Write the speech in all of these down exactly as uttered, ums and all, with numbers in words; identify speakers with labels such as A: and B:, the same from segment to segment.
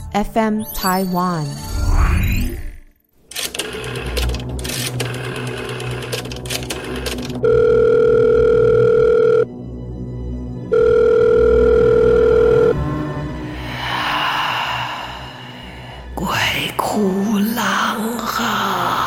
A: F M Taiwan。
B: 鬼哭狼嚎。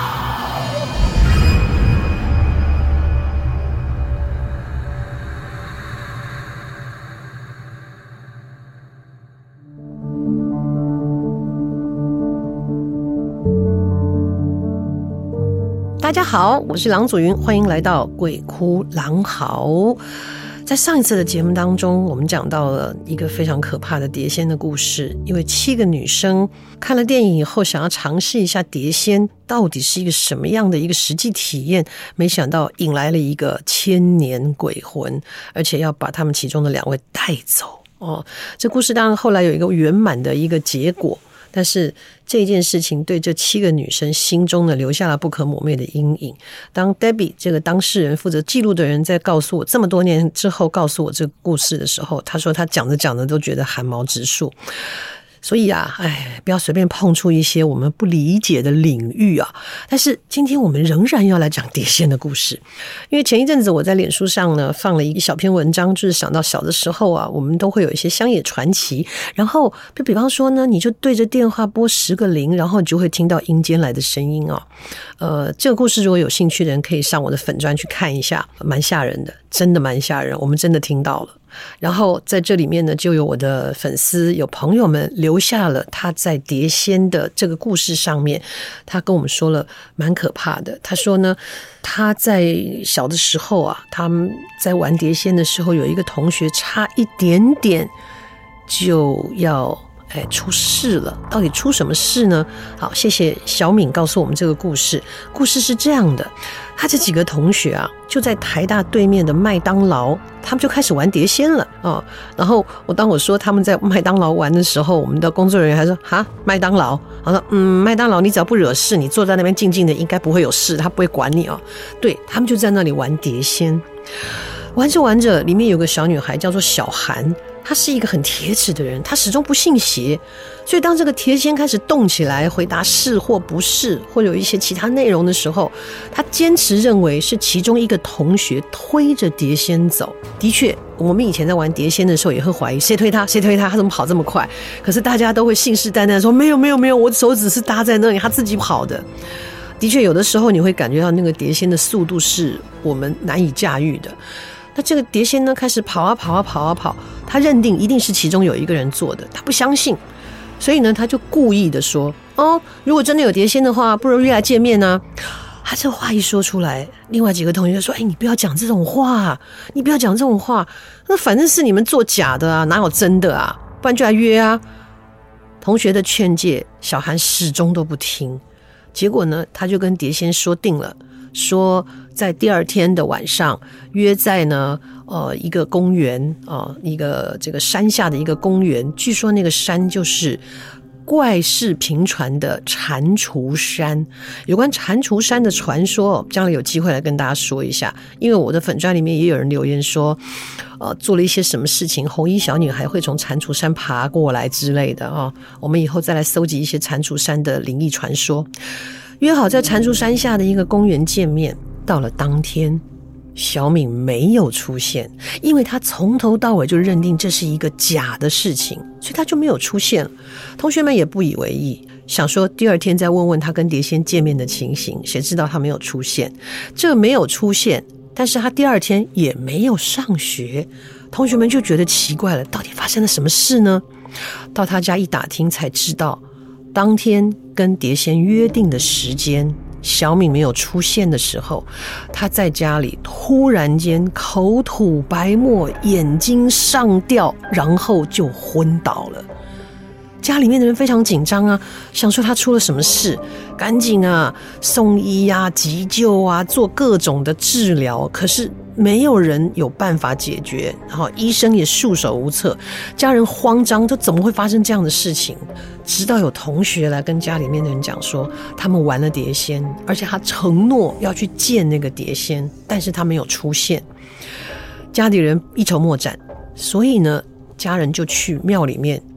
B: 大家好，我是郎祖云，欢迎来到鬼哭狼嚎。在上一次的节目当中，我们讲到了一个非常可怕的碟仙的故事，因为七个女生看了电影以后，想要尝试一下碟仙到底是一个什么样的一个实际体验，没想到引来了一个千年鬼魂，而且要把他们其中的两位带走。哦，这故事当然后来有一个圆满的一个结果，但是这件事情对这七个女生心中呢留下了不可磨灭的阴影。当 Debbie 这个当事人负责记录的人在告诉我这么多年之后告诉我这个故事的时候，他说他讲着讲着都觉得汗毛直竖。所以啊，哎，不要随便碰触一些我们不理解的领域啊。但是今天我们仍然要来讲碟仙的故事，因为前一阵子我在脸书上呢放了一个小篇文章，就是想到小的时候啊，我们都会有一些乡野传奇，然后就比方说呢，你就对着电话拨十个零，然后你就会听到阴间来的声音啊。呃，这个故事如果有兴趣的人可以上我的粉专去看一下，蛮吓人的，真的蛮吓人，我们真的听到了。然后在这里面呢，就有我的粉丝有朋友们留下了他在碟仙的这个故事上面，他跟我们说了蛮可怕的。他说呢，他在小的时候啊，他们在玩碟仙的时候，有一个同学差一点点就要哎出事了。到底出什么事呢？好，谢谢小敏告诉我们这个故事。故事是这样的，他这几个同学啊，就在台大对面的麦当劳，他们就开始玩碟仙了哦。然后我当我说他们在麦当劳玩的时候，我们的工作人员还说哈麦当劳，他说嗯麦当劳你只要不惹事，你坐在那边静静的应该不会有事，他不会管你哦。对，他们就在那里玩碟仙，玩着玩着，里面有个小女孩叫做小韩，她是一个很铁齿的人，她始终不信邪，所以当这个碟仙开始动起来，回答是或不是，或者有一些其他内容的时候，她坚持认为是其中一个同学推着碟仙走。的确，我们以前在玩碟仙的时候也会怀疑谁推他，谁推他，他怎么跑这么快？可是大家都会信誓旦旦地说没有没有没有，我的手指是搭在那里，他自己跑的。的确，有的时候你会感觉到那个碟仙的速度是我们难以驾驭的。那这个碟仙呢，开始跑啊跑啊跑啊跑，他认定一定是其中有一个人做的，他不相信，所以呢，他就故意的说：“哦，如果真的有碟仙的话，不如约来见面呢、啊。”他这话一说出来，另外几个同学说：“哎，你不要讲这种话，你不要讲这种话，那反正是你们做假的啊，哪有真的啊？不然就来约啊。”同学的劝诫，小韩始终都不听。结果呢，他就跟碟仙说定了，说在第二天的晚上约在呢呃一个公园啊、呃，一个这个山下的一个公园，据说那个山就是怪事频传的蟾蜍山。有关蟾蜍山的传说，将来有机会来跟大家说一下，因为我的粉专里面也有人留言说呃，做了一些什么事情，红衣小女孩会从蟾蜍山爬过来之类的啊、哦。我们以后再来搜集一些蟾蜍山的灵异传说。约好在蟾蜍山下的一个公园见面，到了当天，小敏没有出现，因为她从头到尾就认定这是一个假的事情，所以她就没有出现了。同学们也不以为意，想说第二天再问问她跟碟仙见面的情形，谁知道她没有出现。这个没有出现，但是她第二天也没有上学，同学们就觉得奇怪了，到底发生了什么事呢？到她家一打听才知道，当天跟碟仙约定的时间，小敏没有出现的时候，她在家里突然间口吐白沫，眼睛上吊，然后就昏倒了。家里面的人非常紧张啊，想说她出了什么事，赶紧啊送医啊急救啊做各种的治疗，可是没有人有办法解决，然后医生也束手无策，家人慌张，这怎么会发生这样的事情？直到有同学来跟家里面的人讲说，他们玩了碟仙，而且他承诺要去见那个碟仙，但是他没有出现。家里人一筹莫展，所以呢，家人就去庙里面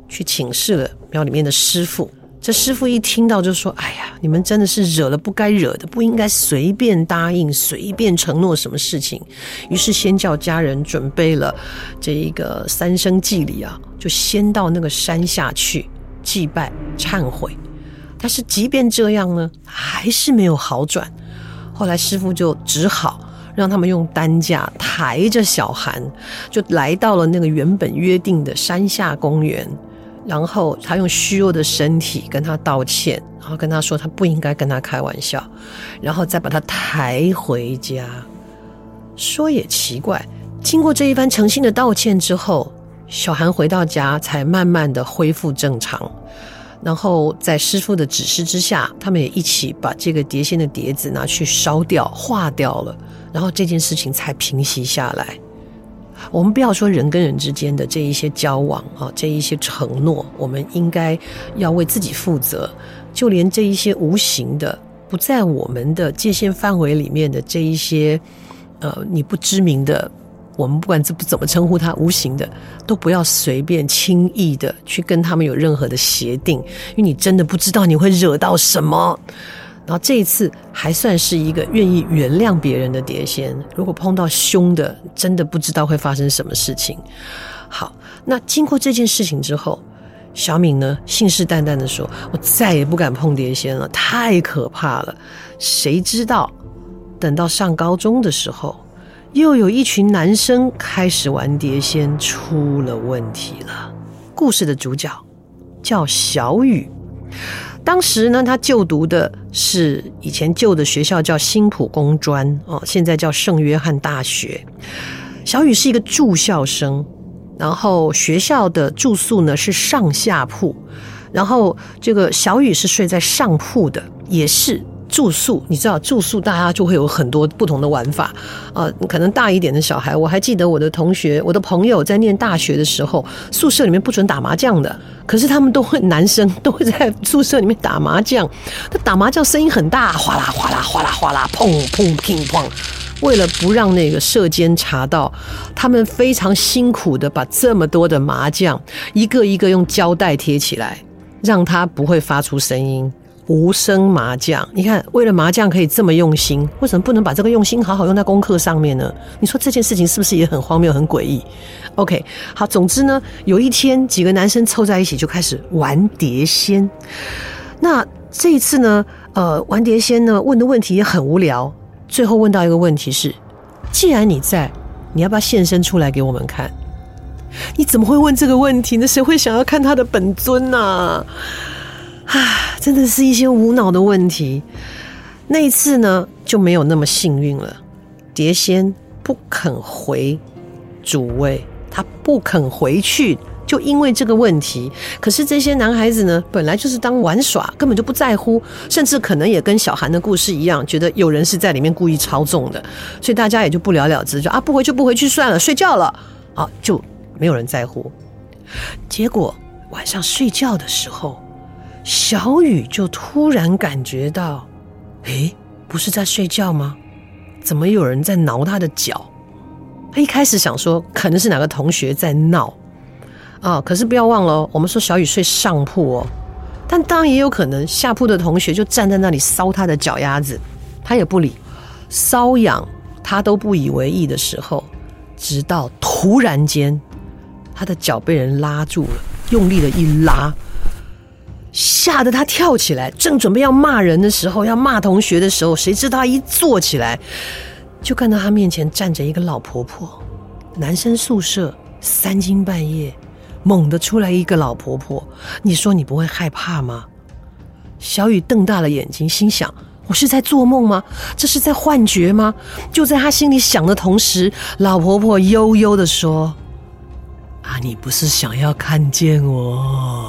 B: 去请示了庙里面的师父。这师父一听到就说，哎呀，你们真的是惹了不该惹的，不应该随便答应随便承诺什么事情。于是先叫家人准备了这一个三牲祭礼啊，就先到那个山下去祭拜忏悔。但是即便这样呢，还是没有好转。后来师父就只好让他们用担架抬着小韩，就来到了那个原本约定的山下公园。然后他用虚弱的身体跟他道歉，然后跟他说他不应该跟他开玩笑，然后再把他抬回家。说也奇怪，经过这一番诚心的道歉之后，小韩回到家才慢慢的恢复正常。然后在师父的指示之下，他们也一起把这个碟仙的碟子拿去烧掉化掉了，然后这件事情才平息下来。我们不要说人跟人之间的这一些交往啊，这一些承诺，我们应该要为自己负责。就连这一些无形的不在我们的界限范围里面的这一些呃你不知名的，我们不管怎么称呼它，无形的都不要随便轻易的去跟他们有任何的协定，因为你真的不知道你会惹到什么。然后这一次还算是一个愿意原谅别人的碟仙，如果碰到凶的，真的不知道会发生什么事情。好，那经过这件事情之后，小敏呢信誓旦旦的说，我再也不敢碰碟仙了，太可怕了。谁知道等到上高中的时候，又有一群男生开始玩碟仙，出了问题了。故事的主角叫小雨，当时呢，他就读的是以前旧的学校叫新埔工专哦，现在叫圣约翰大学。小雨是一个住校生，然后学校的住宿呢是上下铺，然后这个小雨是睡在上铺的，也是住宿。你知道住宿大家就会有很多不同的玩法呃，可能大一点的小孩，我还记得我的同学我的朋友在念大学的时候，宿舍里面不准打麻将的，可是他们都会，男生都会在宿舍里面打麻将。他打麻将声音很大，哗啦哗啦哗啦哗啦，砰砰乒乓。为了不让那个舍监查到，他们非常辛苦的把这么多的麻将一个一个用胶带贴起来，让它不会发出声音。无声麻将，你看，为了麻将可以这么用心，为什么不能把这个用心好好用在功课上面呢？你说这件事情是不是也很荒谬很诡异？ OK， 好，总之呢，有一天几个男生凑在一起就开始玩碟仙。那这一次呢呃，玩碟仙呢问的问题也很无聊，最后问到一个问题是，既然你在，你要不要现身出来给我们看？你怎么会问这个问题呢？谁会想要看他的本尊啊？啊，真的是一些无脑的问题。那一次呢就没有那么幸运了，碟仙不肯回主位，他不肯回去，就因为这个问题。可是这些男孩子呢本来就是当玩耍，根本就不在乎，甚至可能也跟小韩的故事一样，觉得有人是在里面故意操纵的，所以大家也就不了了之，就啊不回去不回去算了，睡觉了啊，就没有人在乎。结果晚上睡觉的时候，小雨就突然感觉到，诶，不是在睡觉吗？怎么有人在挠他的脚？他一开始想说可能是哪个同学在闹啊，可是不要忘了，我们说小雨睡上铺哦，但当然也有可能下铺的同学就站在那里搔他的脚丫子，他也不理，瘙痒他都不以为意的时候，直到突然间他的脚被人拉住了，用力的一拉，吓得他跳起来，正准备要骂人的时候，要骂同学的时候，谁知道他一坐起来，就看到他面前站着一个老婆婆。男生宿舍三更半夜猛地出来一个老婆婆，你说你不会害怕吗？小雨瞪大了眼睛，心想，我是在做梦吗？这是在幻觉吗？就在他心里想的同时，老婆婆悠悠地说，啊，你不是想要看见我？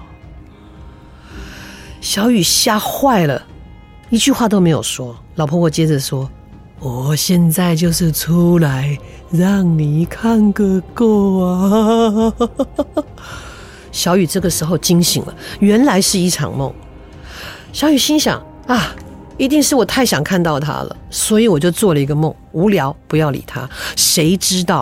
B: 小雨吓坏了，一句话都没有说。老婆婆接着说，我现在就是出来让你看个够啊。小雨这个时候惊醒了，原来是一场梦。小雨心想，啊，一定是我太想看到他了，所以我就做了一个梦，无聊不要理他。谁知道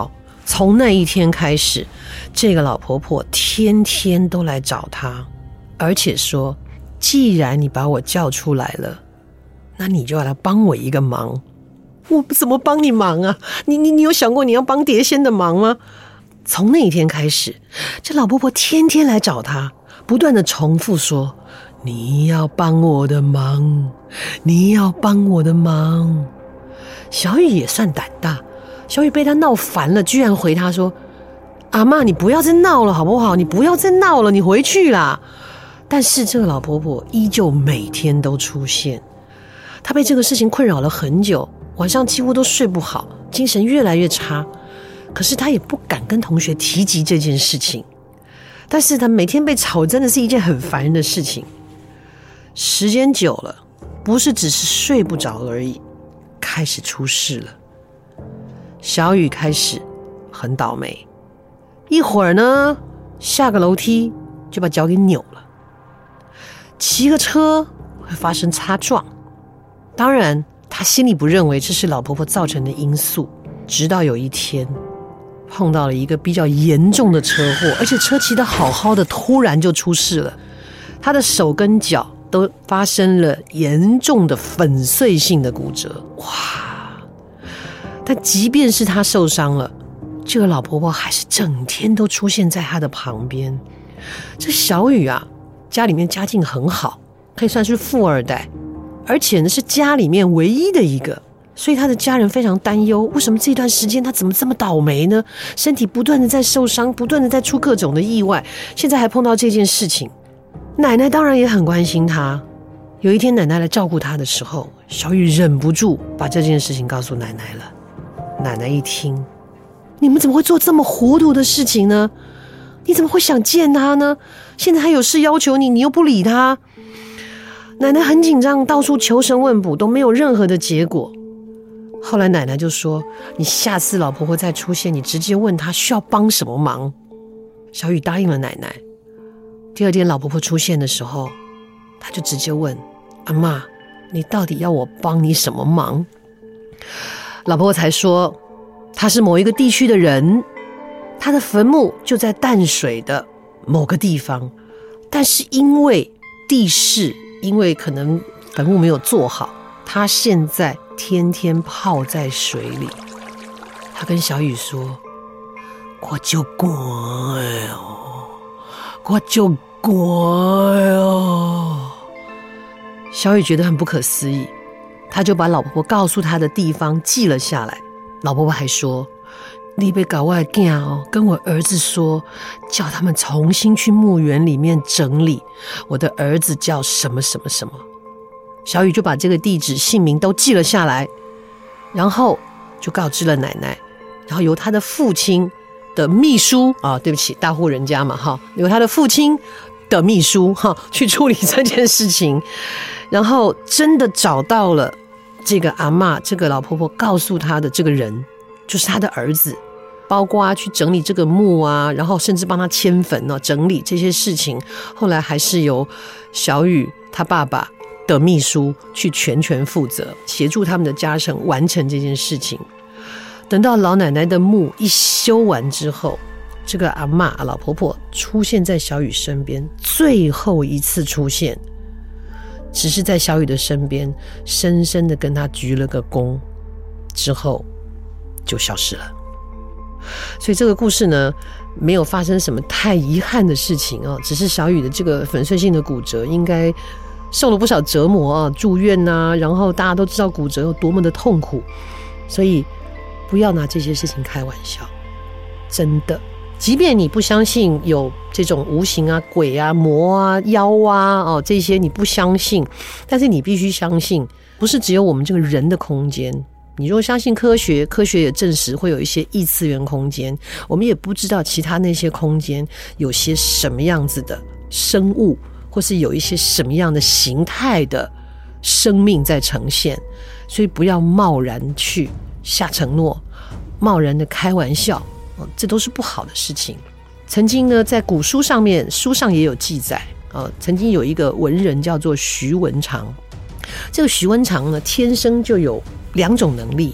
B: 从那一天开始，这个老婆婆天天都来找她，而且说，既然你把我叫出来了，那你就要来帮我一个忙。我怎么帮你忙啊？你你你有想过你要帮碟仙的忙吗？从那一天开始，这老婆婆天天来找她，不断的重复说，你要帮我的忙，你要帮我的忙。小雨也算胆大，小雨被她闹烦了，居然回她说，阿嬷你不要再闹了好不好，你不要再闹了，你回去啦。但是这个老婆婆依旧每天都出现，她被这个事情困扰了很久，晚上几乎都睡不好，精神越来越差。可是她也不敢跟同学提及这件事情，但是她每天被吵真的是一件很烦人的事情。时间久了，不是只是睡不着而已，开始出事了。小雨开始很倒霉，一会儿呢下个楼梯就把脚给扭了，骑个车会发生擦撞。当然他心里不认为这是老婆婆造成的因素，直到有一天碰到了一个比较严重的车祸，而且车骑得好好的，突然就出事了，他的手跟脚都发生了严重的粉碎性的骨折。哇！但即便是他受伤了，这个老婆婆还是整天都出现在他的旁边。这小雨啊，家里面家境很好，可以算是富二代，而且呢是家里面唯一的一个，所以他的家人非常担忧，为什么这段时间他怎么这么倒霉呢？身体不断的在受伤，不断的在出各种的意外，现在还碰到这件事情。奶奶当然也很关心他。有一天奶奶来照顾他的时候，小雨忍不住把这件事情告诉奶奶了。奶奶一听，你们怎么会做这么糊涂的事情呢？你怎么会想见他呢？现在还有事要求你，你又不理他。奶奶很紧张，到处求神问卜，都没有任何的结果。后来奶奶就说，你下次老婆婆再出现，你直接问她需要帮什么忙。小雨答应了奶奶。第二天老婆婆出现的时候，她就直接问，阿嬷，你到底要我帮你什么忙？老婆婆才说，她是某一个地区的人，她的坟墓就在淡水的某个地方，但是因为地势，因为可能坟墓没有做好，她现在天天泡在水里。她跟小雨说，我就乖哦，我就乖哦。小雨觉得很不可思议，他就把老婆婆告诉他的地方记了下来。老婆婆还说，你别搞我的囝哦，跟我儿子说，叫他们重新去墓园里面整理，我的儿子叫什么什么什么。小雨就把这个地址姓名都记了下来，然后就告知了奶奶，然后由他的父亲的秘书啊，对不起，大户人家嘛哈，由他的父亲的秘书哈去处理这件事情。然后真的找到了这个阿嬷，这个老婆婆告诉她的这个人就是她的儿子，包括去整理这个墓啊，然后甚至帮他迁坟啊，整理这些事情，后来还是由小雨他爸爸的秘书去全权负责，协助他们的家臣完成这件事情。等到老奶奶的墓一修完之后，这个阿嬷老婆婆出现在小雨身边，最后一次出现，只是在小雨的身边深深的跟他鞠了个躬，之后就消失了。所以这个故事呢，没有发生什么太遗憾的事情啊，只是小雨的这个粉碎性的骨折应该受了不少折磨啊，住院啊，然后大家都知道骨折有多么的痛苦，所以不要拿这些事情开玩笑，真的。即便你不相信有这种无形啊、鬼啊、魔啊、妖啊、哦、这些你不相信，但是你必须相信，不是只有我们这个人的空间。你如果相信科学，科学也证实会有一些异次元空间，我们也不知道其他那些空间有些什么样子的生物，或是有一些什么样的形态的生命在呈现，所以不要贸然去下承诺，贸然的开玩笑，这都是不好的事情。曾经呢，在古书上面，书上也有记载，呃，曾经有一个文人叫做徐文长。这个徐文长呢，天生就有两种能力，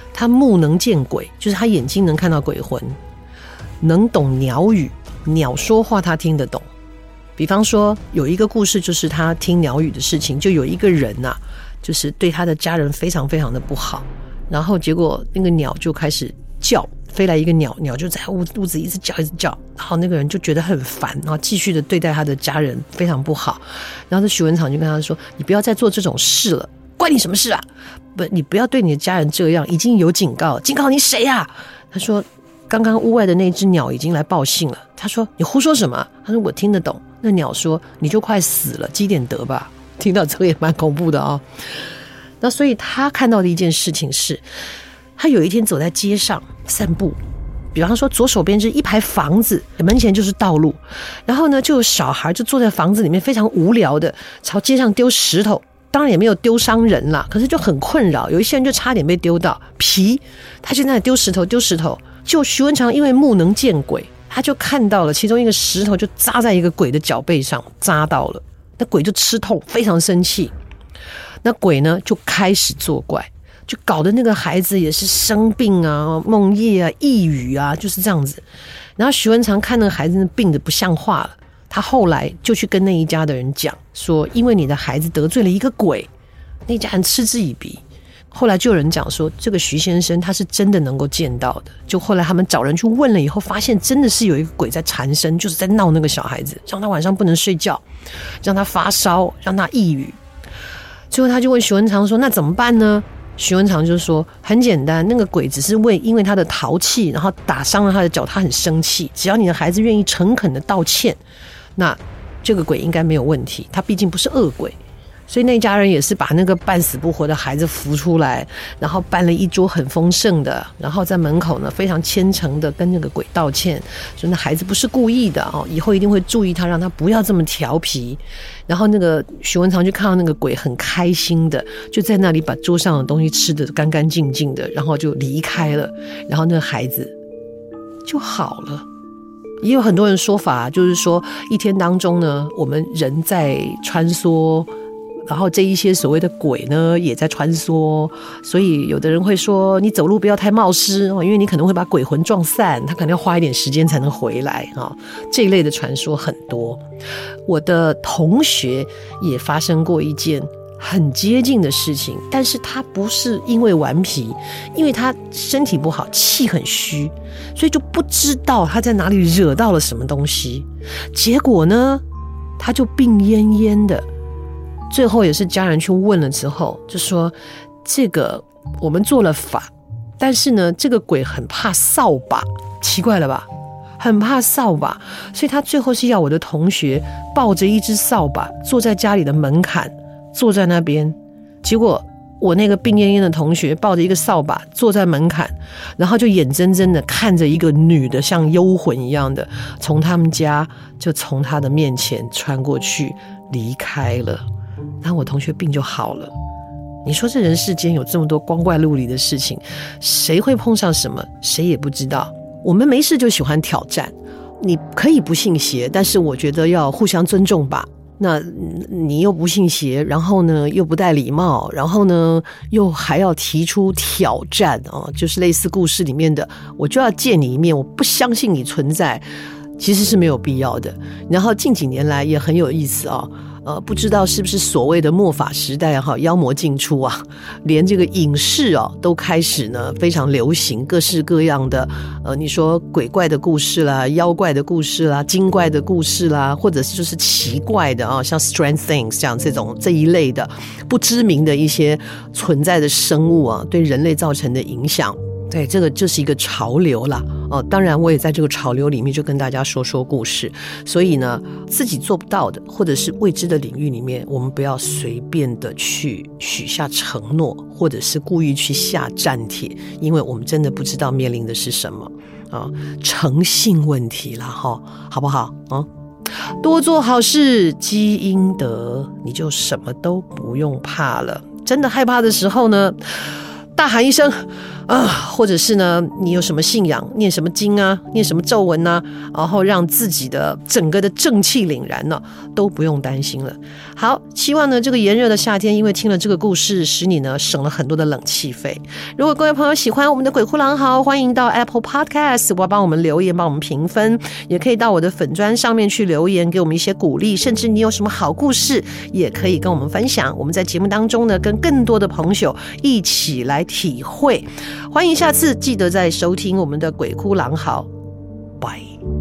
B: 他目能见鬼，就是他眼睛能看到鬼魂，能懂鸟语，鸟说话他听得懂。比方说有一个故事，就是他听鸟语的事情，就有一个人啊，就是对他的家人非常非常的不好，然后结果那个鸟就开始叫，飞来一个鸟，鸟就在屋屋子一直叫一直叫，然后那个人就觉得很烦，然后继续的对待他的家人非常不好。然后这许文长就跟他说，你不要再做这种事了，关你什么事啊？不，你不要对你的家人这样，已经有警告，警告你谁啊？他说刚刚屋外的那只鸟已经来报信了。他说你胡说什么？他说我听得懂。那鸟说你就快死了，积点德吧。听到这个也蛮恐怖的哦。那所以他看到的一件事情是，他有一天走在街上散步，比方说左手边是一排房子，门前就是道路，然后呢就有小孩就坐在房子里面非常无聊的朝街上丢石头，当然也没有丢伤人啦，可是就很困扰，有一些人就差点被丢到皮，他就在那里丢石头丢石头。就徐文长因为目能见鬼，他就看到了其中一个石头就扎在一个鬼的脚背上，扎到了，那鬼就吃痛，非常生气。那鬼呢就开始作怪，就搞得那个孩子也是生病啊，梦夜啊，抑郁啊，就是这样子。然后徐文长看那个孩子病得不像话了，他后来就去跟那一家的人讲说，因为你的孩子得罪了一个鬼，那家人嗤之以鼻。后来就有人讲说，这个徐先生他是真的能够见到的。就后来他们找人去问了以后，发现真的是有一个鬼在缠身，就是在闹那个小孩子，让他晚上不能睡觉，让他发烧，让他抑郁。最后他就问徐文长说，那怎么办呢？徐文长就说很简单，那个鬼只是为因为他的淘气，然后打伤了他的脚，他很生气，只要你的孩子愿意诚恳的道歉，那这个鬼应该没有问题，他毕竟不是恶鬼。所以那家人也是把那个半死不活的孩子扶出来，然后办了一桌很丰盛的，然后在门口呢非常虔诚的跟那个鬼道歉，说那孩子不是故意的哦，以后一定会注意他，让他不要这么调皮。然后那个许文长就看到那个鬼很开心的，就在那里把桌上的东西吃得干干净净的，然后就离开了，然后那个孩子就好了。也有很多人说法，就是说一天当中呢，我们人在穿梭，然后这一些所谓的鬼呢也在穿梭，所以有的人会说你走路不要太冒失，因为你可能会把鬼魂撞散，他可能要花一点时间才能回来。这一类的传说很多。我的同学也发生过一件很接近的事情，但是他不是因为顽皮，因为他身体不好，气很虚，所以就不知道他在哪里惹到了什么东西，结果呢他就病恹恹的。最后也是家人去问了之后，就说这个我们做了法，但是呢这个鬼很怕扫把，奇怪了吧，很怕扫把，所以他最后是要我的同学抱着一只扫把坐在家里的门槛，坐在那边。结果我那个病恹恹的同学抱着一个扫把坐在门槛，然后就眼睁睁的看着一个女的像幽魂一样的从他们家就从他的面前穿过去离开了，然后我同学病就好了。你说这人世间有这么多光怪陆离的事情，谁会碰上什么谁也不知道。我们没事就喜欢挑战，你可以不信邪，但是我觉得要互相尊重吧。那你又不信邪，然后呢又不带礼貌，然后呢又还要提出挑战、哦、就是类似故事里面的我就要见你一面，我不相信你存在，其实是没有必要的。然后近几年来也很有意思啊、哦呃，不知道是不是所谓的末法时代哈，妖魔尽出啊，连这个影视哦都开始呢非常流行各式各样的呃，你说鬼怪的故事啦，妖怪的故事啦，精怪的故事啦，或者是就是奇怪的啊，像 Strange Things 这样这种这一类的不知名的一些存在的生物啊，对人类造成的影响。对，这个就是一个潮流啦。哦，当然我也在这个潮流里面就跟大家说说故事。所以呢，自己做不到的或者是未知的领域里面，我们不要随便的去许下承诺，或者是故意去下战帖，因为我们真的不知道面临的是什么啊，诚信问题啦，哈，好不好啊？多做好事积阴德，你就什么都不用怕了。真的害怕的时候呢， 大喊一声啊，或者是呢，你有什么信仰，念什么经啊，念什么咒文啊，然后让自己的整个的正气凛然呢，都不用担心了。好，希望呢这个炎热的夏天，因为听了这个故事，使你呢省了很多的冷气费。如果各位朋友喜欢我们的鬼哭狼嚎，欢迎到 Apple Podcast 我帮我们留言，帮我们评分，也可以到我的粉专上面去留言，给我们一些鼓励，甚至你有什么好故事，也可以跟我们分享。我们在节目当中呢，跟更多的朋友一起来体会。欢迎下次记得再收听我们的鬼哭狼嚎，拜。